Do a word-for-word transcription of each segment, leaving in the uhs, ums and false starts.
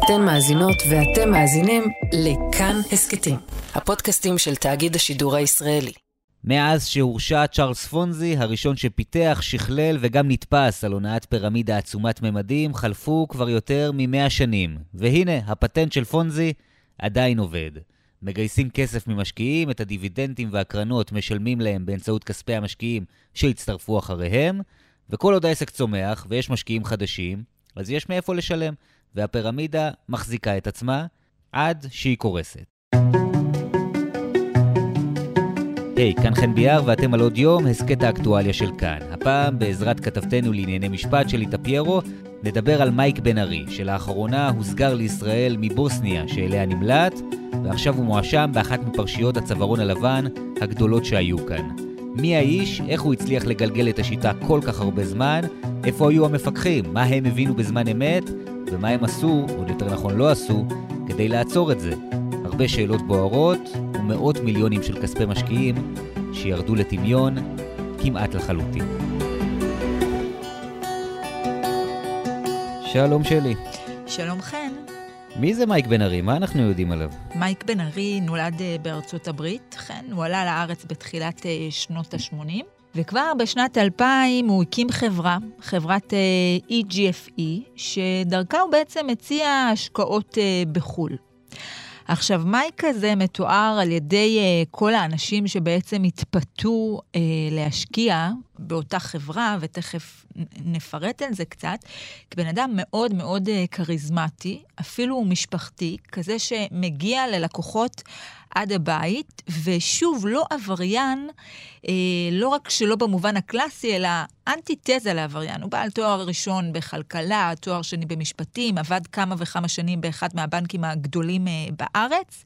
אתן מאזינות ואתם מאזינים לכאן הסקטים, הפודקאסטים של תאגיד השידור הישראלי. מאז שהורשע צ'ארלס פונזי, הראשון שפיתח, שכלל וגם נתפס על הונאת פירמידה עצומת ממדים, חלפו כבר יותר ממאה שנים. והנה, הפטנט של פונזי עדיין עובד. מגייסים כסף ממשקיעים, את הדיבידנדים והקרנות משלמים להם באמצעות כספי המשקיעים שהצטרפו אחריהם, וכל עוד העסק צומח ויש משקיעים חדשים, אז יש מאיפה לשלם, והפירמידה מחזיקה את עצמה עד שהיא קורסת. היי, כאן חן ביאר ואתם על עוד יום, הסקט האקטואליה של כאן. הפעם, בעזרת כתבתנו לענייני משפט של איטה פיירו, נדבר על מייק בן ארי, שלאחרונה הוסגר לישראל מבוסניה שאליה נמלט, ועכשיו הוא מואשם באחת מפרשיות הצווארון הלבן הגדולות שהיו כאן. מי האיש, איך הוא הצליח לגלגל את השיטה כל כך הרבה זמן, איפה היו המפקחים, מה הם הבינו בזמן אמת, ומה הם עשו, או יותר נכון לא עשו, כדי לעצור את זה. הרבה שאלות בוערות ומאות מיליונים של כספי משקיעים שירדו לטמיון כמעט לחלוטין. שלום שלי. שלום חן. מי זה מייק בן ארי? מה אנחנו יודעים עליו? מייק בן ארי נולד בארצות הברית, חן. הוא עלה לארץ בתחילת שנות ה-שמונים, וכבר בשנת אלפיים הוא הקים חברה, חברת אי ג'י אף אי, שדרכה הוא בעצם הציע השקעות בחול. עכשיו, מייק הזה מתואר על ידי uh, כל האנשים שבעצם התפתו uh, להשקיע באותה חברה, ותכף נפרט על זה קצת, כבן אדם מאוד מאוד uh, קריזמטי, אפילו משפחתי, כזה שמגיע ללקוחות עד הבית, ושוב, לא עבריין, אה, לא רק שלא במובן הקלאסי, אלא אנטיתזה לעבריין. הוא בעל תואר ראשון בכלכלה, תואר שני במשפטים, עבד כמה וכמה שנים באחד מהבנקים הגדולים אה, בארץ,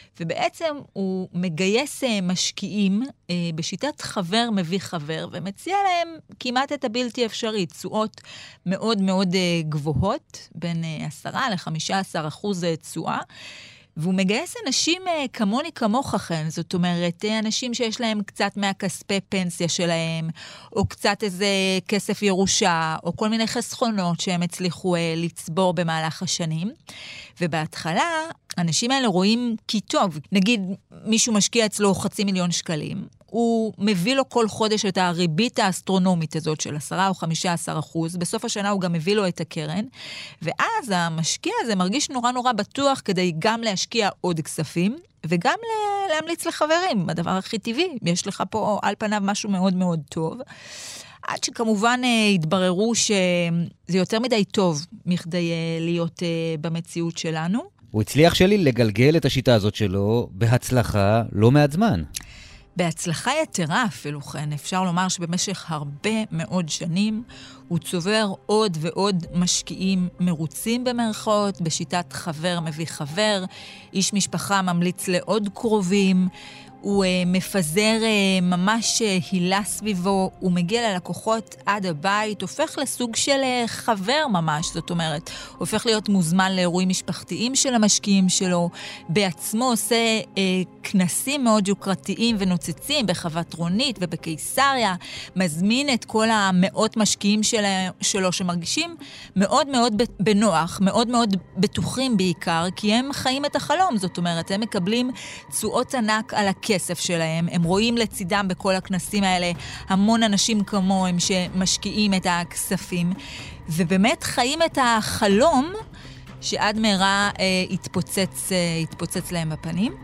ובעצם הוא מגייס אה, משקיעים אה, בשיטת חבר מביא חבר, ומציע להם כמעט את הבלתי אפשרי, תשואות מאוד מאוד אה, גבוהות, בין אה, עשרה לחמישה עשר אחוז תשואה, והוא מגייס אנשים כמוני כמוך לכם, זאת אומרת, אנשים שיש להם קצת מהכספי פנסיה שלהם, או קצת איזה כסף ירושה, או כל מיני חסכונות שהם הצליחו לצבור במהלך השנים. ובהתחלה, אנשים האלה רואים כי טוב, נגיד מישהו משקיע אצלו חצי מיליון שקלים, הוא מביא לו כל חודש את הריבית האסטרונומית הזאת של עשרה או חמישה עשר אחוז, בסוף השנה הוא גם מביא לו את הקרן, ואז המשקיע הזה מרגיש נורא נורא בטוח כדי גם להשקיע עוד כספים, וגם להמליץ לחברים, הדבר הכי טבעי, יש לך פה על פניו משהו מאוד מאוד טוב, עד שכמובן התבררו שזה יותר מדי טוב מכדי להיות במציאות שלנו. הוא הצליח שלי לגלגל את השיטה הזאת שלו בהצלחה לא מעט זמן. בהצלחה יתרה אפילו כן, אפשר לומר שבמשך הרבה מאוד שנים הוא צובר עוד ועוד משקיעים מרוצים במרכאות, בשיטת חבר מביא חבר, איש משפחה ממליץ לעוד קרובים, הוא uh, מפזר uh, ממש uh, הילה סביבו, הוא מגיע ללקוחות עד הבית, הופך לסוג של uh, חבר ממש, זאת אומרת, הופך להיות מוזמן לאירועים משפחתיים של המשקיעים שלו, בעצמו עושה uh, כנסים מאוד יוקרתיים ונוצצים בחוות רונית ובקיסריה, מזמין את כל המאות משקיעים של, שלו שמרגישים מאוד מאוד בנוח, מאוד מאוד בטוחים בעיקר, כי הם חיים את החלום, זאת אומרת, הם מקבלים תשואות ענק על הכסף, כסף שלהם, הם רואים לצידם בכל הכנסים האלה המון אנשים כמוהם שמשקיעים את הכספים, ובאמת חיים את החלום שעד מהרה אה, התפוצץ, אה, התפוצץ להם בפנים.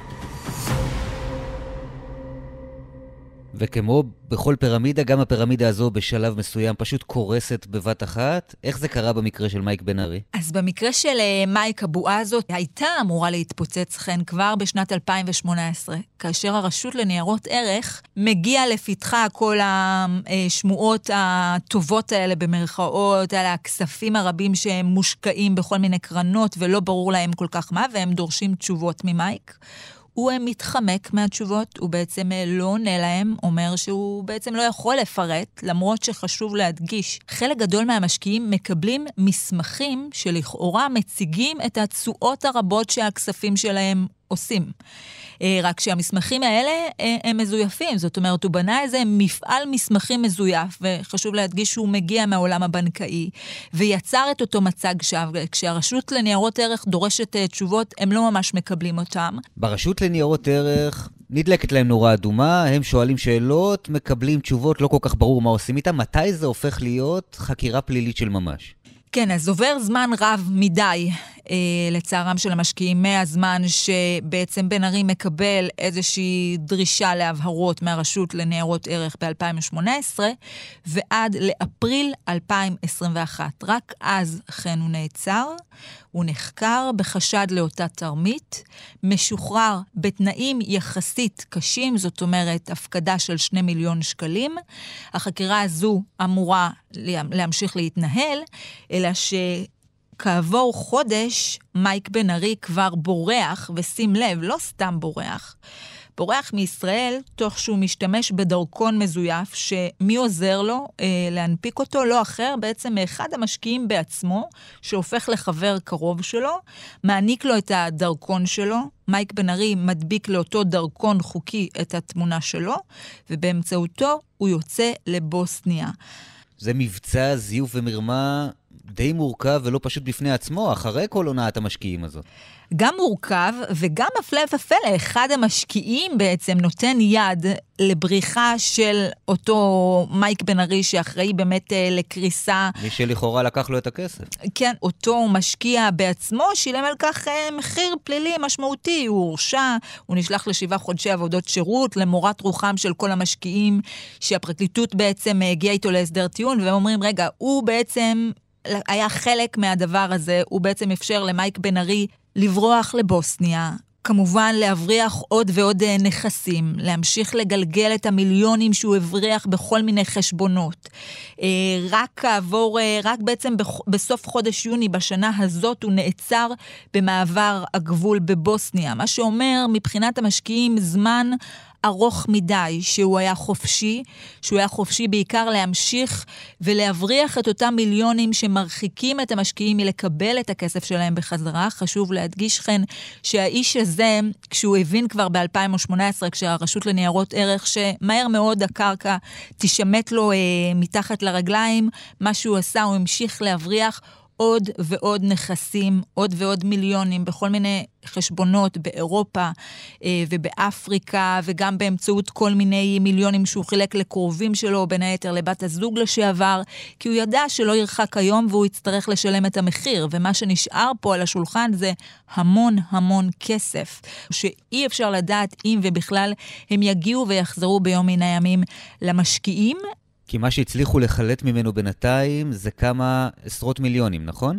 וכמו בכל פירמידה, גם הפירמידה הזו בשלב מסוים פשוט קורסת בבת אחת. איך זה קרה במקרה של מייק בן ארי? אז במקרה של מייק, הבועה הזאת הייתה אמורה להתפוצץ כן כבר בשנת אלפיים שמונה עשרה, כאשר הרשות לניירות ערך מגיע לפתחה כל השמועות הטובות האלה במרכאות, על הכספים הרבים שהם מושקעים בכל מיני קרנות ולא ברור להם כל כך מה, והם דורשים תשובות ממייק. הוא מתחמק מהתשובות, הוא בעצם לא עונה להם, אומר שהוא בעצם לא יכול לפרט, למרות שחשוב להדגיש. חלק גדול מהמשקיעים מקבלים מסמכים שלכאורה מציגים את התשואות הרבות שהכספים שלהם עושים. רק שהמסמכים האלה הם מזויפים, זאת אומרת, הוא בנה איזה מפעל מסמכים מזויף, וחשוב להדגיש שהוא מגיע מהעולם הבנקאי, ויצר את אותו מצג שווא, כשהרשות לניירות ערך דורשת תשובות, הם לא ממש מקבלים אותם. ברשות לניירות ערך נדלקת להם נורה אדומה, הם שואלים שאלות, מקבלים תשובות, לא כל כך ברור מה עושים איתם, מתי זה הופך להיות חקירה פלילית של ממש? כן, אז עובר זמן רב מדי אה, לצערם של המשקיעים, מהזמן שבעצם בן ארי מקבל איזושהי דרישה להבהרות מהרשות לניירות ערך ב-אלפיים שמונה עשרה, ועד לאפריל אלפיים עשרים ואחת. רק אז כן הוא נעצר, הוא נחקר בחשד לאותה תרמית, משוחרר בתנאים יחסית קשים, זאת אומרת, הפקדה של שני מיליון שקלים. החקירה הזו אמורה להמשיך להתנהל, אלא שכעבור חודש מייק בן ארי כבר בורח, ושים לב, לא סתם בורח, בורח מישראל תוך שהוא משתמש בדרכון מזויף, שמי עוזר לו אה, להנפיק אותו? לא אחר, בעצם מאחד המשקיעים בעצמו, שהופך לחבר קרוב שלו, מעניק לו את הדרכון שלו, מייק בן ארי מדביק לאותו דרכון חוקי את התמונה שלו, ובאמצעותו הוא יוצא לבוסניה. זה מבצע זיוף ומרמה די מורכב ולא פשוט בפני עצמו, אחרי כל עונת המשקיעים הזאת. גם מורכב וגם הפלא ופלא, אחד המשקיעים בעצם נותן יד לבריחה של אותו מייק בן ארי שאחראי באמת לקריסה. מי שלכאורה לקח לו את הכסף. כן, אותו משקיע בעצמו שילם על כך מחיר פלילי משמעותי, הוא הורשע, הוא נשלח לשבעה חודשי עבודות שירות, למורת רוחם של כל המשקיעים שהפרקליטות בעצם הגיעה איתו להסדר טיעון, והם אומרים, רגע, הוא בעצם היה חלק מהדבר הזה, הוא בעצם אפשר למייק בן ארי לברוח לבוסניה, כמובן להבריח עוד ועוד נכסים, להמשיך לגלגל את המיליונים שהוא הבריח בכל מיני חשבונות. רק כעבור, רק בעצם בסוף חודש יוני בשנה הזאת הוא נעצר במעבר הגבול בבוסניה, מה שאומר מבחינת המשקיעים זמן ארוך מדי, שהוא היה חופשי, שהוא היה חופשי בעיקר להמשיך ולהבריח את אותם מיליונים שמרחיקים את המשקיעים מלקבל את הכסף שלהם בחזרה. חשוב להדגיש כן שהאיש הזה, כשהוא הבין כבר ב-אלפיים שמונה עשרה, כשהרשות לניירות ערך, שמהר מאוד הקרקע תשמט לו אה, מתחת לרגליים, מה שהוא עשה, הוא המשיך להבריח עוד ועוד נכסים, עוד ועוד מיליונים בכל מיני חשבונות באירופה אה, ובאפריקה, וגם באמצעות כל מיני מיליונים שהוא חילק לקרובים שלו, בין היתר לבת הזוג לשעבר, כי הוא ידע שלא ירחק היום והוא יצטרך לשלם את המחיר, ומה שנשאר פה על השולחן זה המון המון כסף, שאי אפשר לדעת אם ובכלל הם יגיעו ויחזרו ביום מן הימים למשקיעים. כי מה שהצליחו לחלט ממנו בינתיים זה כמה עשרות מיליונים, נכון?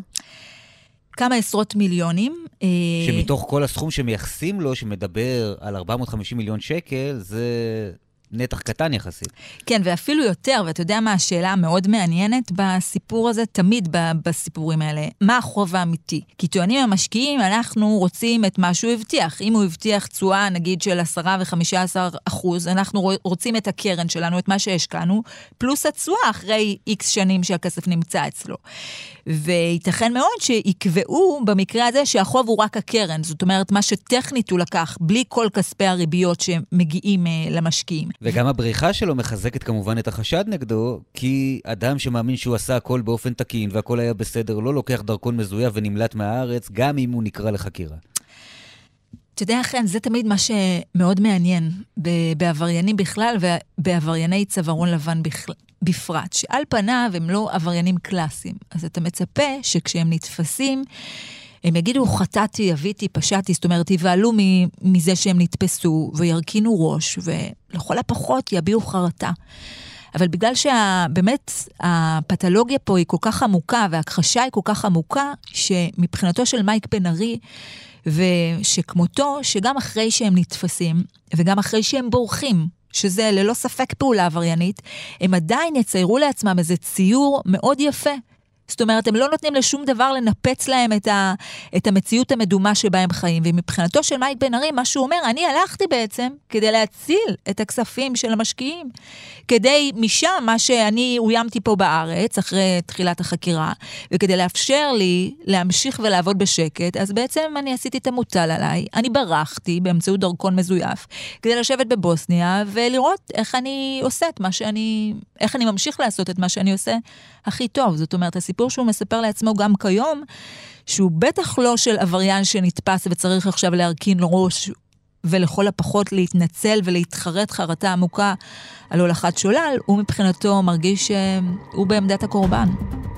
כמה עשרות מיליונים. שמתוך כל הסכום שמייחסים לו, שמדבר על ארבע מאות וחמישים מיליון שקל, זה נתח קטן יחסית. כן, ואפילו יותר, ואתה יודע מה השאלה המאוד מעניינת בסיפור הזה, תמיד בסיפורים האלה, מה החוב האמיתי? כי טוענים המשקיעים, אנחנו רוצים את מה שהוא הבטיח. אם הוא הבטיח תשואה, נגיד, של עשרה וחמישה עשר אחוז, אנחנו רוצים את הקרן שלנו, את מה שהשקענו, פלוס התשואה אחרי איקס שנים שהכסף נמצא אצלו. וייתכן מאוד שיקבעו במקרה הזה שהחוב הוא רק הקרן, זאת אומרת, מה שטכנית הוא לקח, בלי כל כספי הריביות שמגיעים למשקיעים. וגם הבריחה שלו מחזקת כמובן את החשד נגדו, כי אדם שמאמין שהוא עשה הכל באופן תקין, והכל היה בסדר, לא לוקח דרכון מזויף ונמלט מהארץ, גם אם הוא נקרא לחקירה. אתה יודע, כן, זה תמיד מה שמאוד מעניין בעבריינים בכלל, ובעברייני צווארון לבן בכלל. בפרט, שעל פניו הם לא עבריינים קלאסיים. אז אתה מצפה שכשהם נתפסים, הם יגידו, חטאתי, אביתי, פשעתי, זאת אומרת, יבעלו מזה שהם נתפסו, וירקינו ראש, ולכל הפחות יביעו חרטה. אבל בגלל שבאמת הפתולוגיה פה היא כל כך עמוקה, וההכחשה היא כל כך עמוקה, שמבחינתו של מייק בן ארי, ושכמותו, שגם אחרי שהם נתפסים, וגם אחרי שהם בורחים, שזה ללא ספק פעולה עבריינית, הם עדיין יציירו לעצמם איזה ציור מאוד יפה, זאת אומרת, הם לא נותנים לשום דבר לנפץ להם את, ה, את המציאות המדומה שבה הם חיים. ומבחינתו של מייק בן ארי, מה שהוא אומר, אני הלכתי בעצם כדי להציל את הכספים של המשקיעים, כדי משם, מה שאני אוימתי פה בארץ, אחרי תחילת החקירה, וכדי לאפשר לי להמשיך ולעבוד בשקט, אז בעצם אני עשיתי את המוטל עליי, אני ברחתי באמצעות דרכון מזויף, כדי לשבת בבוסניה ולראות איך אני עושה את מה שאני, איך אני ממשיך לעשות את מה שאני עושה הכי טוב. זאת אומרת, הסיפור שהוא מספר לעצמו גם כיום, שהוא בטח לא של עבריין שנתפס וצריך עכשיו להרכין ראש, ולכל הפחות להתנצל ולהתחרט חרטה עמוקה על הולכת שולל, הוא מבחינתו מרגיש שהוא בעמדת הקורבן.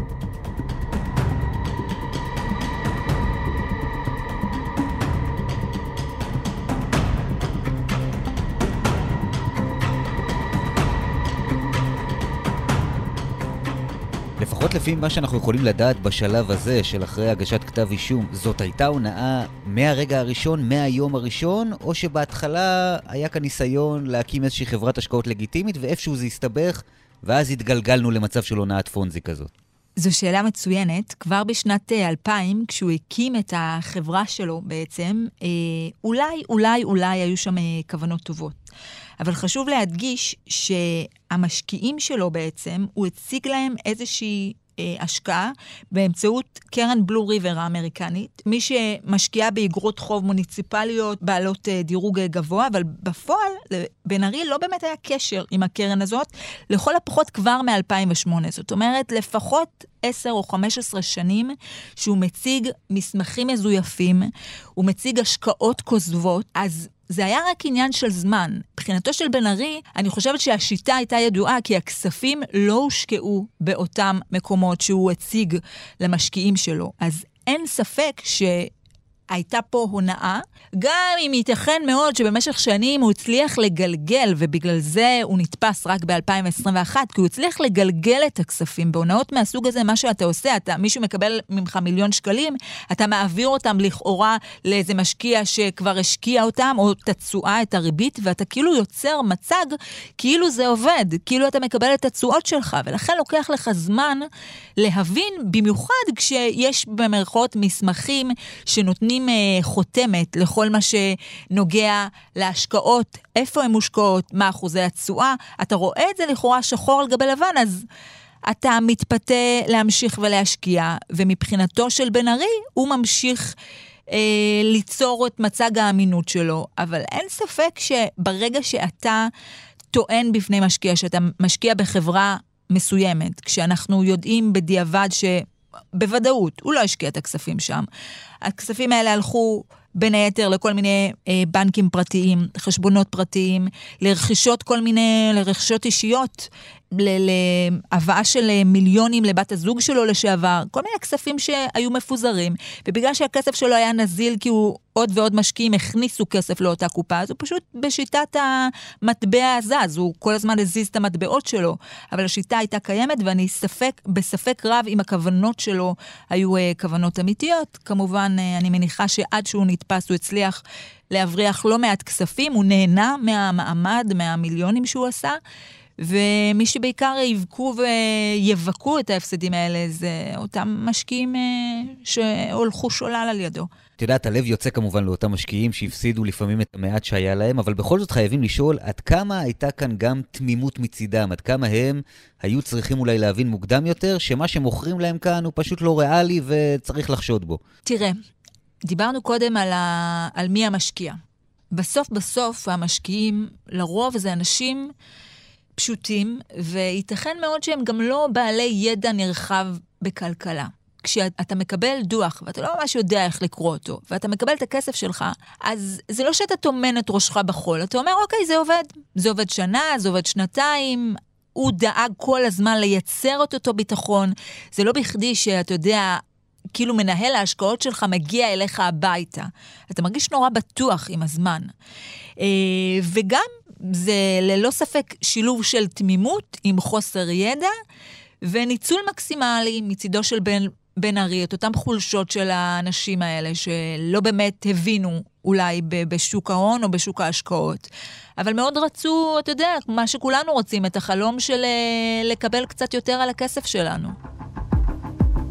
לפחות לפי מה שאנחנו יכולים לדעת בשלב הזה של אחרי הגשת כתב אישום, זאת הייתה הונאה מהרגע הראשון, מהיום הראשון, או שבהתחלה היה כאן ניסיון להקים איזושהי חברת השקעות לגיטימית, ואיפשהו זה הסתבך, ואז התגלגלנו למצב של הונאת פונזי כזאת? זו שאלה מצוינת. כבר בשנת אלפיים, כשהוא הקים את החברה שלו בעצם, אולי, אולי, אולי היו שם כוונות טובות. אבל חשוב להדגיש שהמשקיעים שלו בעצם, הוא הציג להם איזושהי אה, השקעה באמצעות קרן בלו ריבר האמריקנית, מי שמשקיעה באגרות חוב מוניציפליות בעלות אה, דירוג גבוה, אבל בפועל בן ארי לא באמת היה קשר עם הקרן הזאת, לכל הפחות כבר מ-אלפיים ושמונה. זאת אומרת, לפחות עשר או חמש עשרה שנים שהוא מציג מסמכים מזויפים, הוא מציג השקעות כוזבות, אז זה היה רק עניין של זמן. מבחינתו של בן ארי, אני חושבת שהשיטה הייתה ידועה, כי הכספים לא הושקעו באותם מקומות שהוא הציג למשקיעים שלו. אז אין ספק ש... הייתה פה הונאה, גם אם ייתכן מאוד שבמשך שנים הוא הצליח לגלגל, ובגלל זה הוא נתפס רק ב-אלפיים עשרים ואחת, כי הוא הצליח לגלגל את הכספים. בהונאות מהסוג הזה, מה שאתה עושה, אתה, מישהו מקבל ממך מיליון שקלים, אתה מעביר אותם לכאורה לאיזה משקיע שכבר השקיע אותם, או תצועה את הריבית, ואתה כאילו יוצר מצג, כאילו זה עובד, כאילו אתה מקבל את התצועות שלך, ולכן לוקח לך זמן להבין, במיוחד כשיש במרכאות מסמכים שנותנים חותמת לכל מה שנוגע להשקעות, איפה הן מושקעות, מה אחוזי התשואה, אתה רואה את זה לכאורה שחור על גבי לבן, אז אתה מתפתה להמשיך ולהשקיע, ומבחינתו של בן ארי, הוא ממשיך אה, ליצור את מצג האמינות שלו, אבל אין ספק שברגע שאתה טוען בפני משקיע, שאתה משקיע בחברה מסוימת, כשאנחנו יודעים בדיעבד ש... בוודאות, הוא לא השקיע את הכספים שם. הכספים האלה הלכו בין היתר לכל מיני אה, בנקים פרטיים, חשבונות פרטיים, לרכישות כל מיני, לרכישות אישיות, להבאה של מיליונים לבת הזוג שלו לשעבר, כל מיני כספים שהיו מפוזרים, ובגלל שהכסף שלו היה נזיל, כי הוא עוד ועוד משקיעים הכניסו כסף לאותה קופה, אז הוא פשוט בשיטת המטבע הזז, הוא כל הזמן הזיז את המטבעות שלו, אבל השיטה הייתה קיימת, ואני ספק, בספק רב אם הכוונות שלו היו כוונות אמיתיות. כמובן, אני מניחה שעד שהוא נתפס, הוא הצליח להבריח לא מעט כספים, הוא נהנה מהמעמד, מהמיליונים שהוא עשה, ומי שבעיקר יבקו ויבקו את ההפסדים האלה, זה אותם משקיעים שהולכו שולל על ידו. את יודעת, הלב יוצא כמובן לאותם משקיעים שהפסידו לפעמים את המעט שהיה להם, אבל בכל זאת חייבים לשאול עד כמה הייתה כאן גם תמימות מצידם, עד כמה הם היו צריכים אולי להבין מוקדם יותר, שמה שמוכרים להם כאן הוא פשוט לא ריאלי וצריך לחשוד בו. תראה, דיברנו קודם על, ה... על מי המשקיע. בסוף בסוף המשקיעים לרוב זה אנשים פשוטים, וייתכן מאוד שהם גם לא בעלי ידע נרחב בכלכלה. כשאתה מקבל דוח, ואתה לא ממש יודע איך לקרוא אותו, ואתה מקבל את הכסף שלך, אז זה לא שאתה תומן את ראשך בחול, אתה אומר, אוקיי, זה עובד. זה עובד שנה, זה עובד שנתיים, הוא דאג כל הזמן לייצר את אותו ביטחון. זה לא בכדי שאתה יודע, כאילו מנהל ההשקעות שלך מגיע אליך הביתה. אתה מרגיש נורא בטוח עם הזמן. וגם זה ללא ספק שילוב של תמימות עם חוסר ידע, וניצול מקסימלי מצידו של בן, בן ארי, את אותם חולשות של האנשים האלה, שלא באמת הבינו אולי בשוק ההון או בשוק ההשקעות. אבל מאוד רצו, אתה יודע, מה שכולנו רוצים, את החלום של לקבל קצת יותר על הכסף שלנו.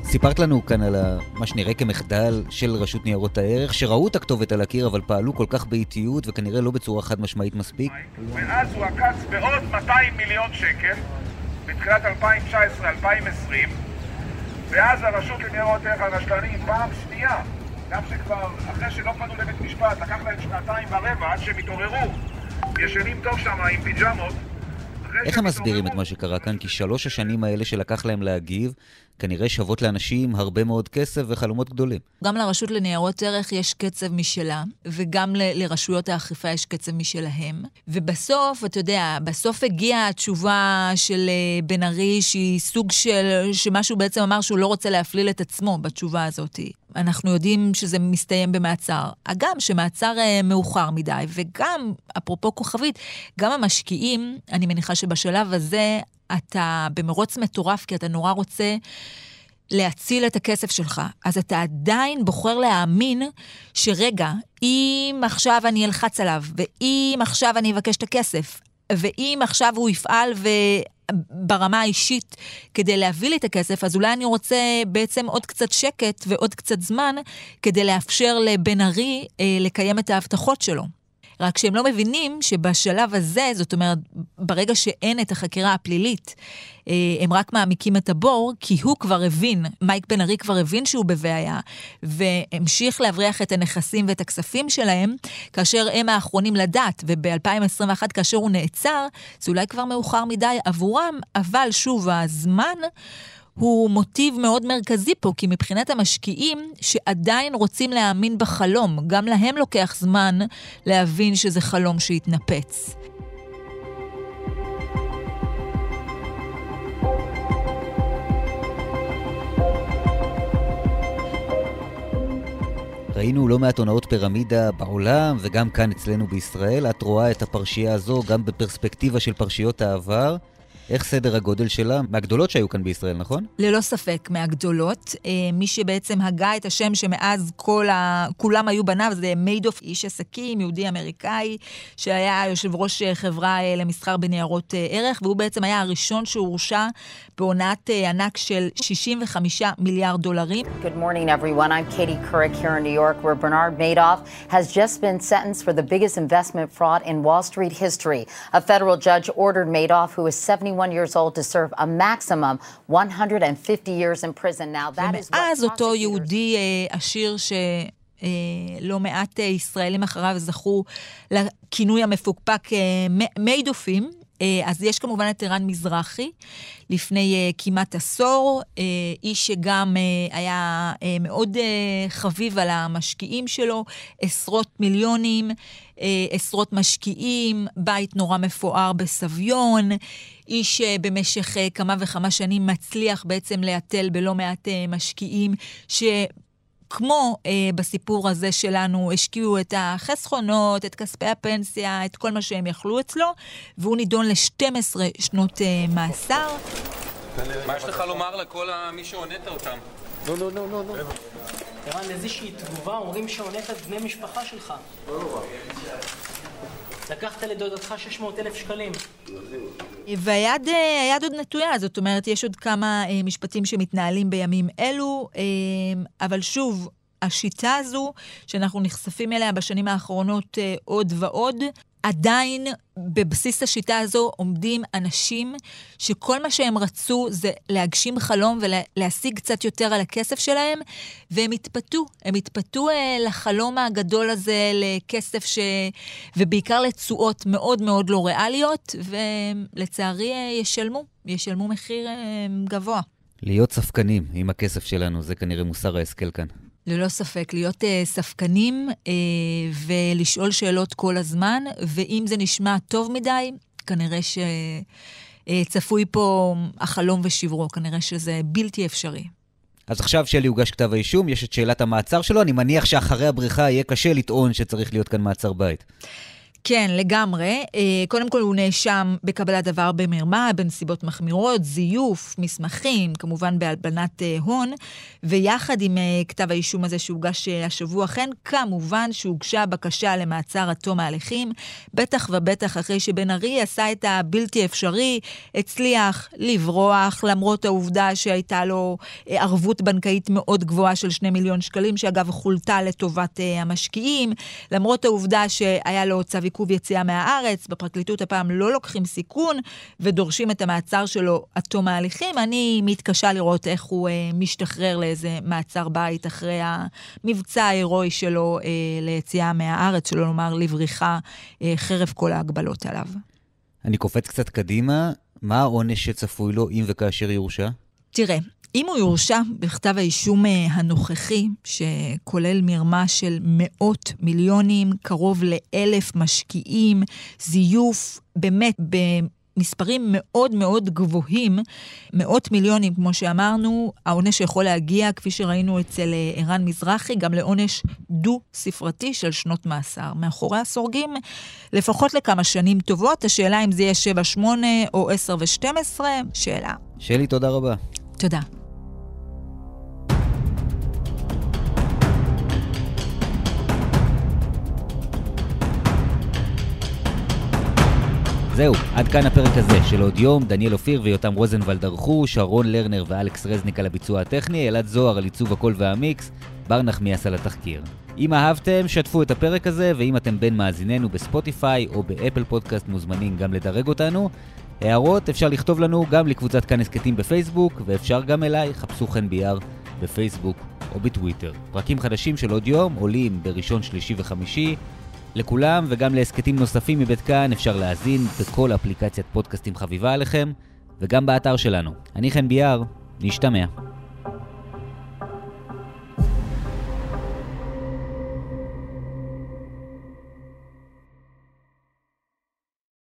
סיפרת לנו כאן על מה שנראה כמחדל של רשות ניירות הערך, שראו את הכתובת על הקיר, אבל פעלו כל כך באיטיות, וכנראה לא בצורה חד משמעית מספיק. ואז הוא עקץ בעוד מאתיים מיליון שקל, בתחילת אלפיים תשע עשרה אלפיים עשרים, ואז הרשות לניירות ערך הרשלנית, פעם שנייה, גם שכבר, אחרי שלא פנו לבית משפט, לקח להם שנתיים ורבע, עד שהם התעוררו, ישנים טוב שם עם פיג'מות. איך הם מסבירים את מה שקרה כאן? כי שלוש השנים האלה שלקח להם להגיב, כנראה שוות לאנשים הרבה מאוד כסף וחלומות גדולים. גם לרשות לניירות ערך יש קצב משלה, וגם ל- לרשויות האכיפה יש קצב משלהם. ובסוף, אתה יודע, בסוף הגיעה התשובה של בן ארי, שהיא סוג של, שמשהו בעצם אמר שהוא לא רוצה להפליל את עצמו בתשובה הזאת. אנחנו יודעים שזה מסתיים במעצר. אגם שמעצר מאוחר מדי, וגם, אפרופו כוכבית, גם המשקיעים, אני מניחה שבשלב הזה, אתה במרוץ מטורף, כי אתה נורא רוצה להציל את הכסף שלך. אז אתה עדיין בוחר להאמין שרגע, אם עכשיו אני אלחץ עליו, ואם עכשיו אני אבקש את הכסף, ואם עכשיו הוא יפעל ברמה האישית כדי להביא לי את הכסף, אז אולי אני רוצה בעצם עוד קצת שקט ועוד קצת זמן, כדי לאפשר לבן ארי אה, לקיים את ההבטחות שלו. רק שהם לא מבינים שבשלב הזה, זאת אומרת, ברגע שאין את החקירה הפלילית, הם רק מעמיקים את הבור, כי הוא כבר הבין, מייק בן ארי כבר הבין שהוא בבעיה, והמשיך להבריח את הנכסים ואת הכספים שלהם, כאשר הם האחרונים לדעת, וב-אלפיים עשרים ואחת כאשר הוא נעצר, זה אולי כבר מאוחר מדי עבורם, אבל שוב, הזמן הוא מוטיב מאוד מרכזי פה, כי מבחינת המשקיעים שעדיין רוצים להאמין בחלום, גם להם לוקח זמן להבין שזה חלום שיתנפץ. ראינו לא מעט הונאות פירמידה בעולם וגם כאן אצלנו בישראל. את רואה את הפרשייה הזו גם בפרספקטיבה של פרשיות העבר. איך סדר הגודל שלה? מהגדולות שהיו כאן בישראל, נכון? ללא ספק, מהגדולות. מי שבעצם הגה את השם שמאז כל ה... כולם היו בניו, זה מיידוף, איש עסקים, יהודי אמריקאי, שהיה יושב ראש חברה למסחר בניירות ערך, והוא בעצם היה הראשון שהורשע בהונאת ענק של שישים וחמישה מיליארד דולרים. Good morning, everyone. I'm Katie Couric here in New York, where Bernard Madoff has just been sentenced for the biggest investment fraud in Wall Street history. A federal judge ordered Madoff, who is seventy-one years old, to serve a maximum one hundred fifty years in prison. Now, that is what... אז אותו יהודי עשיר ש... לא מעט ישראלים אחריו זכו לכינוי המפוקפק מיידופים, אז יש כמובן את אירן מזרחי, לפני כמעט עשור, איש שגם היה מאוד חביב על המשקיעים שלו, עשרות מיליונים, עשרות משקיעים, בית נורא מפואר בסביון, איש במשך כמה וכמה שנים מצליח בעצם להטל בלא מעט משקיעים ש... כמו אה, בסיפור הזה שלנו, השקיעו את החסכונות, את כספי הפנסיה, את כל מה שהם יכלו אצלו, והוא נידון ל-שתים עשרה שנות אה, מאסר. מה יש לך לומר לכל מי שעונית אותם? לא, לא, לא, לא, לא. תראה, איזושהי תגובה, אומרים שעונית את בני משפחה שלך. לקחת לדודתך שש מאות אלף שקלים. והיד היד עוד נטויה, זאת אומרת, יש עוד כמה אה, משפטים שמתנהלים בימים אלו, אה, אבל שוב, השיטה הזו, שאנחנו נחשפים אליה בשנים האחרונות אה, עוד ועוד, עדיין בבסיס השיטה הזו עומדים אנשים שכל מה שהם רצו זה להגשים חלום ולהשיג קצת יותר על הכסף שלהם, והם התפתו, הם התפתו לחלום הגדול הזה, לכסף ש... ובעיקר לתשואות מאוד מאוד לא ריאליות, ולצערי ישלמו, ישלמו מחיר גבוה. להיות ספקנים עם הכסף שלנו, זה כנראה מוסר ההשכל כאן. ללא ספק, להיות uh, ספקנים uh, ולשאול שאלות כל הזמן, ואם זה נשמע טוב מדי, כנראה שצפוי uh, פה החלום ושברו, כנראה שזה בלתי אפשרי. אז עכשיו שלי הוגש כתב האישום, יש את שאלת המעצר שלו, אני מניח שאחרי הבריחה יהיה קשה לטעון שצריך להיות כאן מעצר בית. כן, לגמרי. קודם כל הוא נאשם בקבלת דבר במרמה, בנסיבות מחמירות, זיוף, מסמכים, כמובן בהלבנת הון, ויחד עם כתב האישום הזה שהוגש השבוע, כן, כמובן שהוגשה בקשה למעצר עד תום ההליכים, בטח ובטח אחרי שבן ארי עשה את הבלתי אפשרי, הצליח לברוח, למרות העובדה שהייתה לו ערבות בנקאית מאוד גבוהה של שני מיליון שקלים, שאגב חולטה לטובת המשקיעים, למרות העובדה שהיה לו צו עיכוב יציאה מהארץ, בפרקליטות הפעם לא לוקחים סיכון, ודורשים את המעצר שלו עד תום ההליכים. אני מתקשה לראות איך הוא אה, משתחרר לאיזה מעצר בית, אחרי המבצע ההירואי שלו אה, ליציאה מהארץ, שלא לומר לבריחה, אה, חרף כל ההגבלות עליו. אני קופץ קצת קדימה, מה העונש שצפוי לו אם וכאשר יורשע? תראה, אם הוא יורשע בכתב האישום הנוכחי, שכולל מרמה של מאות מיליונים, קרוב לאלף משקיעים, זיוף, באמת במספרים מאוד מאוד גבוהים, מאות מיליונים, כמו שאמרנו, העונש יכול להגיע, כפי שראינו אצל ערן מזרחי, גם לעונש דו-ספרתי של שנות מאסר. מאחורי הסורגים, לפחות לכמה שנים טובות, השאלה אם זה יהיה שבע שמונה או עשר ושתים עשרה, שאלה. שלי, תודה רבה. תודה. זהו, עד כאן הפרק הזה של עוד יום. דניאל אופיר ויותם רוזנבלד ערכו, שרון לרנר ואלכס רזניק על הביצוע הטכני, אלעד זוהר על עיצוב הקול והמיקס, בר נחמיאס על התחקיר. אם אהבתם, שתפו את הפרק הזה, ואם אתם בין מאזיננו בספוטיפיי או באפל פודקאסט, מוזמנים גם לדרג אותנו. הערות אפשר לכתוב לנו גם לקבוצת כאן הסקטים בפייסבוק, ואפשר גם אליי, חפשו חן ביאר בפייסבוק או בטוויטר. פרקים חדשים של עוד יום עולים בראשון, שלישי וחמישי. לכולם וגם להסקטים נוספים מבית כאן אפשר להאזין בכל אפליקציית פודקאסטים חביבה עליכם, וגם באתר שלנו. אני חן ביאר, נשתמע.